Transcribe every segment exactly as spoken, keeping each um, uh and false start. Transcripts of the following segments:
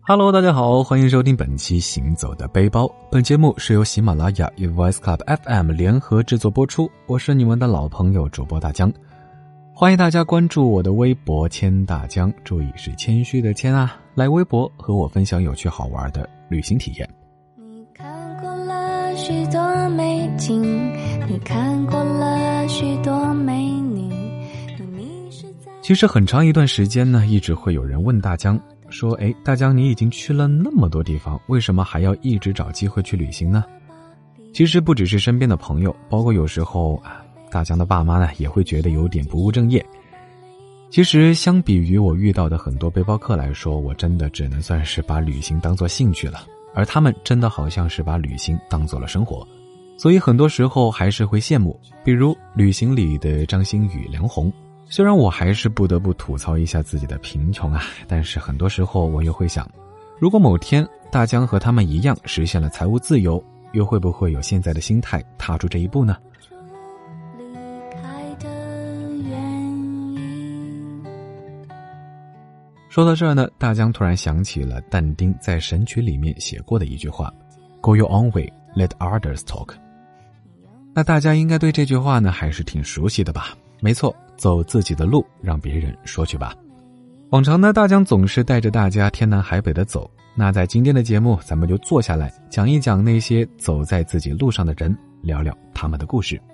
Hello， 大家好，欢迎收听本期行走的背包。本节目是由喜马拉雅与 Voice Club F M 联合制作播出，我是你们的老朋友主播大江。欢迎大家关注我的微博谦大江，注意是谦虚的谦啊，来微博和我分享有趣好玩的旅行体验。 你看过了许多美景，你看过了许多美女，你是在其实很长一段时间呢，一直会有人问大江说，诶，大江你已经去了那么多地方，为什么还要一直找机会去旅行呢？其实不只是身边的朋友，包括有时候大江的爸妈呢也会觉得有点不务正业。其实相比于我遇到的很多背包客来说，我真的只能算是把旅行当作兴趣了，而他们真的好像是把旅行当作了生活，所以很多时候还是会羡慕，比如旅行里的张馨予、梁红。虽然我还是不得不吐槽一下自己的贫穷啊，但是很多时候我又会想，如果某天大江和他们一样实现了财务自由，又会不会有现在的心态踏出这一步呢？说到这儿呢，大江突然想起了但丁在《神曲》里面写过的一句话 Go your own way, let others talk。 那大家应该对这句话呢还是挺熟悉的吧？没错，走自己的路，让别人说去吧。往常呢，大江总是带着大家天南海北的走，那在今天的节目，咱们就坐下来讲一讲那些走在自己路上的人，聊聊他们的故事。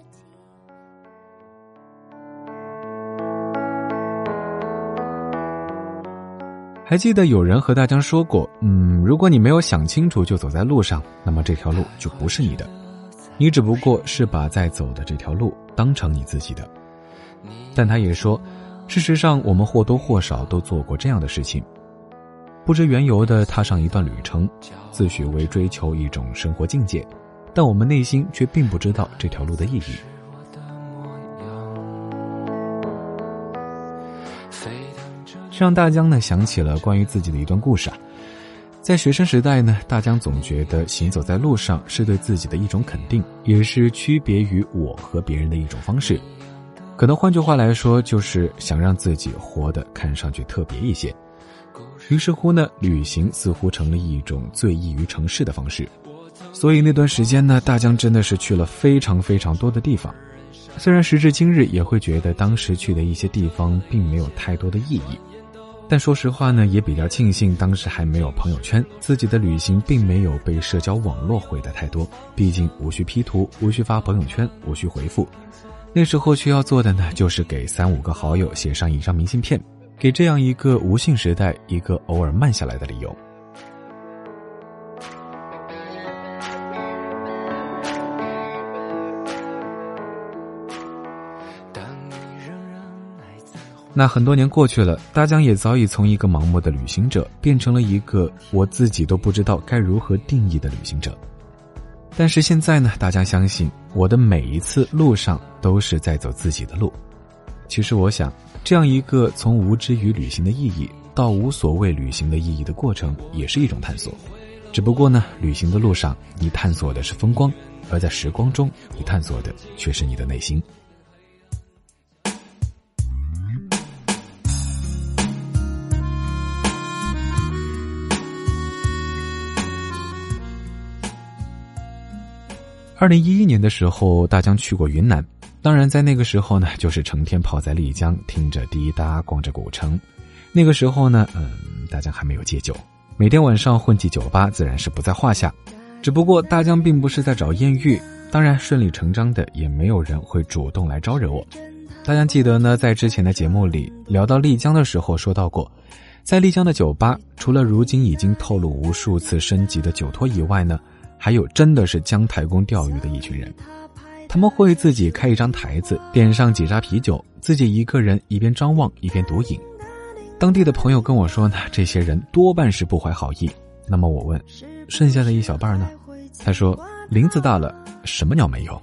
还记得有人和大江说过，嗯，如果你没有想清楚就走在路上，那么这条路就不是你的，你只不过是把在走的这条路当成你自己的。但他也说，事实上我们或多或少都做过这样的事情，不知缘由地踏上一段旅程，自诩为追求一种生活境界，但我们内心却并不知道这条路的意义。这让大江呢想起了关于自己的一段故事啊。在学生时代呢，大江总觉得行走在路上是对自己的一种肯定，也是区别于我和别人的一种方式。可能换句话来说，就是想让自己活得看上去特别一些。于是乎呢，旅行似乎成了一种最易于成事的方式。所以那段时间呢，大江真的是去了非常非常多的地方。虽然时至今日也会觉得当时去的一些地方并没有太多的意义，但说实话呢，也比较庆幸当时还没有朋友圈，自己的旅行并没有被社交网络毁得太多，毕竟无需 P 图，无需发朋友圈，无需回复。那时候需要做的呢，就是给三五个好友写上一张明信片，给这样一个无信时代一个偶尔慢下来的理由。那很多年过去了，大江也早已从一个盲目的旅行者变成了一个我自己都不知道该如何定义的旅行者。但是现在呢，大家相信我的每一次路上都是在走自己的路。其实我想，这样一个从无知于旅行的意义到无所谓旅行的意义的过程，也是一种探索。只不过呢，旅行的路上你探索的是风光，而在时光中你探索的却是你的内心。二零一一年的时候，大江去过云南，当然在那个时候呢，就是成天泡在丽江，听着滴答，逛着古城。那个时候呢，嗯，大江还没有戒酒，每天晚上混迹酒吧自然是不在话下。只不过大江并不是在找艳遇，当然顺理成章的也没有人会主动来招惹我。大江记得呢，在之前的节目里聊到丽江的时候说到过，在丽江的酒吧，除了如今已经透露无数次升级的酒托以外呢，还有真的是姜太公钓鱼的一群人。他们会自己开一张台子，点上几扎啤酒，自己一个人一边张望一边独饮。当地的朋友跟我说呢，这些人多半是不怀好意。那么我问，剩下的一小半呢？他说，林子大了，什么鸟没有。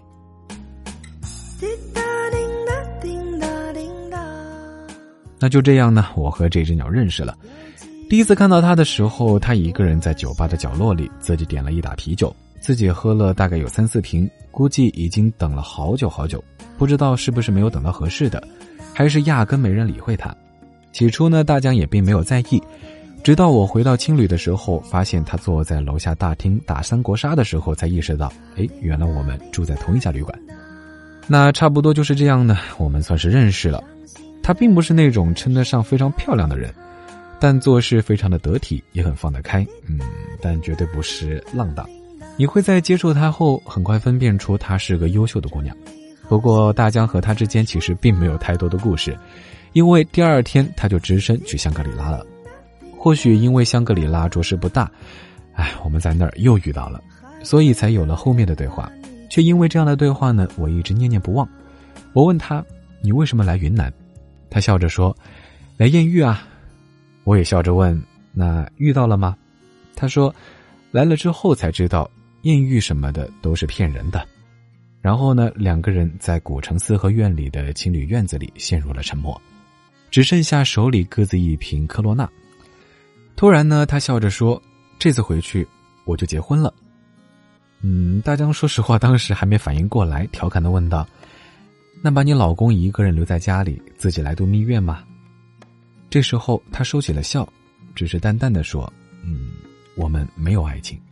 那就这样呢，我和这只鸟认识了。第一次看到他的时候，他一个人在酒吧的角落里，自己点了一打啤酒，自己喝了大概有三四瓶，估计已经等了好久好久，不知道是不是没有等到合适的，还是压根没人理会他。起初呢，大江也并没有在意， 直到我回到青旅的时候，发现他坐在楼下大厅打三国杀的时候，才意识到，诶，原来我们住在同一家旅馆。那差不多就是这样呢，我们算是认识了。他并不是那种称得上非常漂亮的人，但做事非常的得体，也很放得开，嗯，但绝对不是浪荡。你会在接触他后很快分辨出她是个优秀的姑娘。不过大江和她之间其实并没有太多的故事，因为第二天他就只身去香格里拉了。或许因为香格里拉着实不大，哎，我们在那儿又遇到了，所以才有了后面的对话。却因为这样的对话呢，我一直念念不忘。我问他，你为什么来云南？他笑着说，来艳遇啊。我也笑着问，那遇到了吗？他说，来了之后才知道艳遇什么的都是骗人的。然后呢，两个人在古城四合院里的情侣院子里陷入了沉默，只剩下手里各自一瓶科罗娜。突然呢，他笑着说，这次回去我就结婚了。嗯，大江说实话当时还没反应过来，调侃地问道，那把你老公一个人留在家里，自己来度蜜月吗？这时候他收起了笑，只是淡淡地说，嗯，我们没有爱情。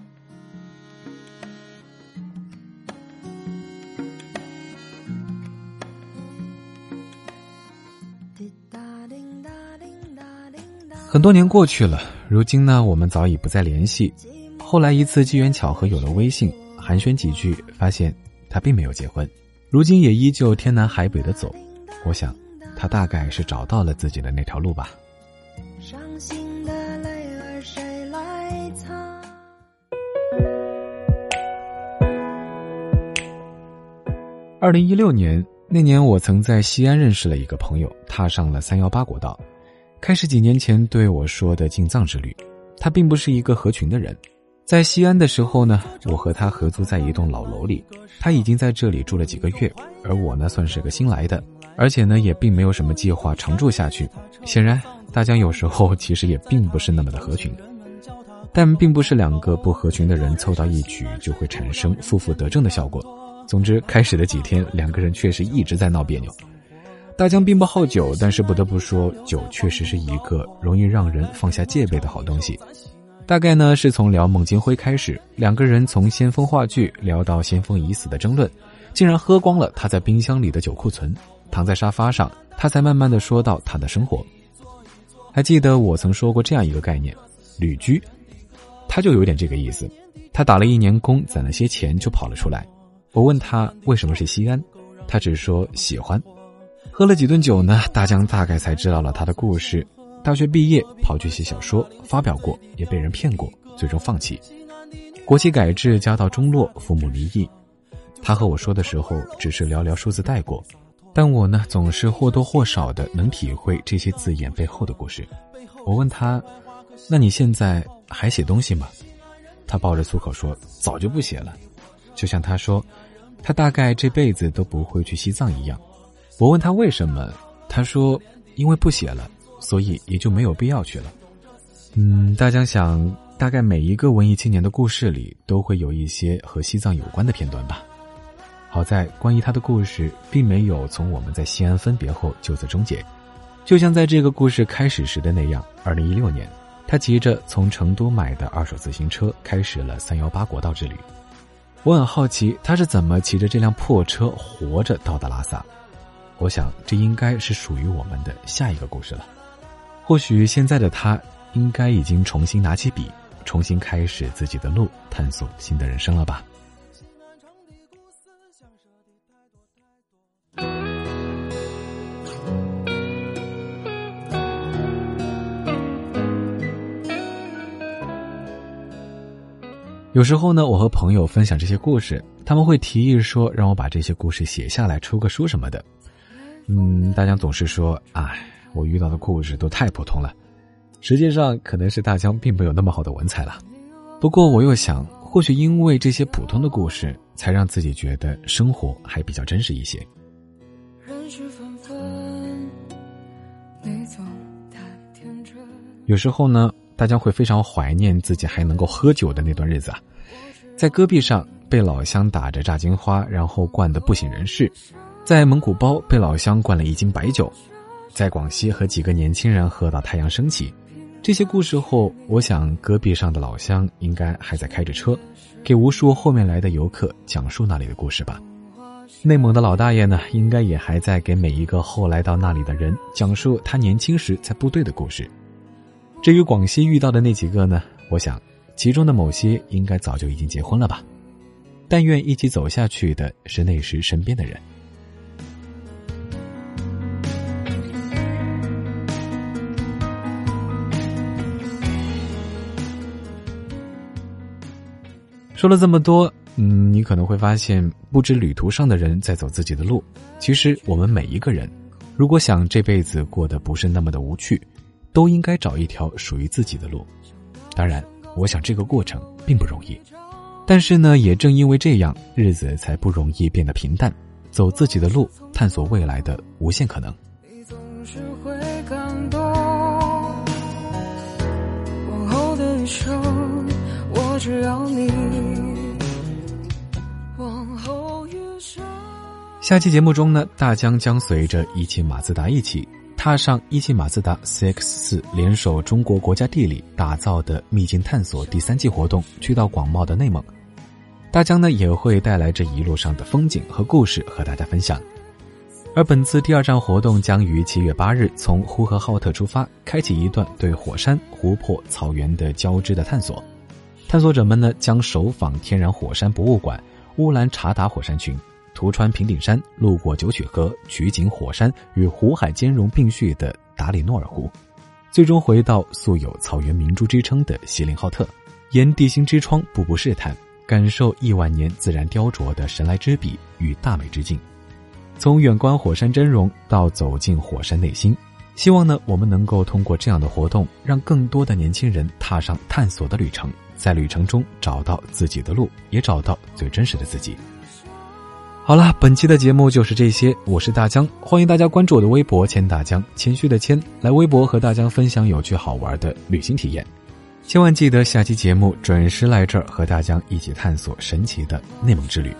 很多年过去了，如今呢，我们早已不再联系。后来一次机缘巧合有了微信，寒暄几句，发现他并没有结婚，如今也依旧天南海北的走。我想他大概是找到了自己的那条路吧。伤心的泪儿谁来擦？二零一六年那年，我曾在西安认识了一个朋友，踏上了三幺八国道，开始几年前对我说的进藏之旅。他并不是一个合群的人。在西安的时候呢，我和他合租在一栋老楼里，他已经在这里住了几个月，而我呢算是个新来的，而且呢也并没有什么计划常住下去。显然大江有时候其实也并不是那么的合群，但并不是两个不合群的人凑到一起就会产生负负得正的效果。总之开始的几天，两个人确实一直在闹别扭。大江并不好酒，但是不得不说，酒确实是一个容易让人放下戒备的好东西。大概呢是从聊孟京辉开始，两个人从先锋话剧聊到先锋已死的争论，竟然喝光了他在冰箱里的酒库存。躺在沙发上，他才慢慢的说到他的生活。还记得我曾说过这样一个概念，旅居，他就有点这个意思。他打了一年工，攒了些钱就跑了出来。我问他为什么是西安，他只说喜欢。喝了几顿酒呢，大江大概才知道了他的故事。大学毕业跑去写小说，发表过，也被人骗过，最终放弃。国企改制，家道中落，父母离异。他和我说的时候只是寥寥数字带过，但我呢总是或多或少的能体会这些字眼背后的故事。我问他，那你现在还写东西吗？他抱着粗口说，早就不写了。就像他说他大概这辈子都不会去西藏一样。我问他为什么，他说因为不写了，所以也就没有必要去了。嗯，大江想，大概每一个文艺青年的故事里都会有一些和西藏有关的片段吧。好在关于他的故事并没有从我们在西安分别后就此终结，就像在这个故事开始时的那样，二零一六年他骑着从成都买的二手自行车开始了三幺八国道之旅。我很好奇他是怎么骑着这辆破车活着到达拉萨。我想这应该是属于我们的下一个故事了。或许现在的他应该已经重新拿起笔，重新开始自己的路，探索新的人生了吧。有时候呢，我和朋友分享这些故事，他们会提议说让我把这些故事写下来出个书什么的。嗯，大江总是说，哎，我遇到的故事都太普通了。实际上可能是大江并没有那么好的文采了。不过我又想，或许因为这些普通的故事，才让自己觉得生活还比较真实一些。有时候呢，大江会非常怀念自己还能够喝酒的那段日子啊，在戈壁上被老乡打着炸金花，然后灌得不省人事，在蒙古包被老乡灌了一斤白酒，在广西和几个年轻人喝到太阳升起， 这些故事后，我想戈壁上的老乡应该还在开着车，给无数后面来的游客讲述那里的故事吧。内蒙的老大爷呢，应该也还在给每一个后来到那里的人讲述他年轻时在部队的故事。至于广西遇到的那几个呢，我想其中的某些应该早就已经结婚了吧。但愿一起走下去的是那时身边的人。说了这么多，嗯，你可能会发现，不止旅途上的人在走自己的路，其实我们每一个人，如果想这辈子过得不是那么的无趣，都应该找一条属于自己的路。当然，我想这个过程并不容易，但是呢，也正因为这样，日子才不容易变得平淡，走自己的路，探索未来的无限可能。 你总是会感动，往后的余生我只要你，往后余生。 下期节目中呢，大江将随着一汽马自达一起踏上一汽马自达 C X 四 联手中国国家地理打造的秘境探索第三季活动，去到广袤的内蒙。大江呢也会带来这一路上的风景和故事和大家分享。而本次第二站活动将于七月八日从呼和浩特出发，开启一段对火山、湖泊、草原的交织的探索。探索者们呢将首访天然火山博物馆、乌兰察达火山群，途穿平顶山，路过九曲河、取景火山与湖海兼容并蓄的达里诺尔湖，最终回到素有草原明珠之称的锡林浩特，沿地心之窗步步试探，感受亿万年自然雕琢的神来之笔与大美之境。从远观火山真容到走进火山内心，希望呢我们能够通过这样的活动，让更多的年轻人踏上探索的旅程，在旅程中找到自己的路，也找到最真实的自己。好了，本期的节目就是这些，我是大江，欢迎大家关注我的微博谦大江，谦虚的谦，来微博和大江分享有趣好玩的旅行体验。千万记得下期节目准时来这儿和大江一起探索神奇的内蒙之旅。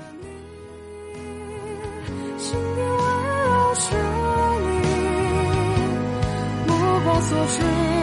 心底围绕着你，目光所至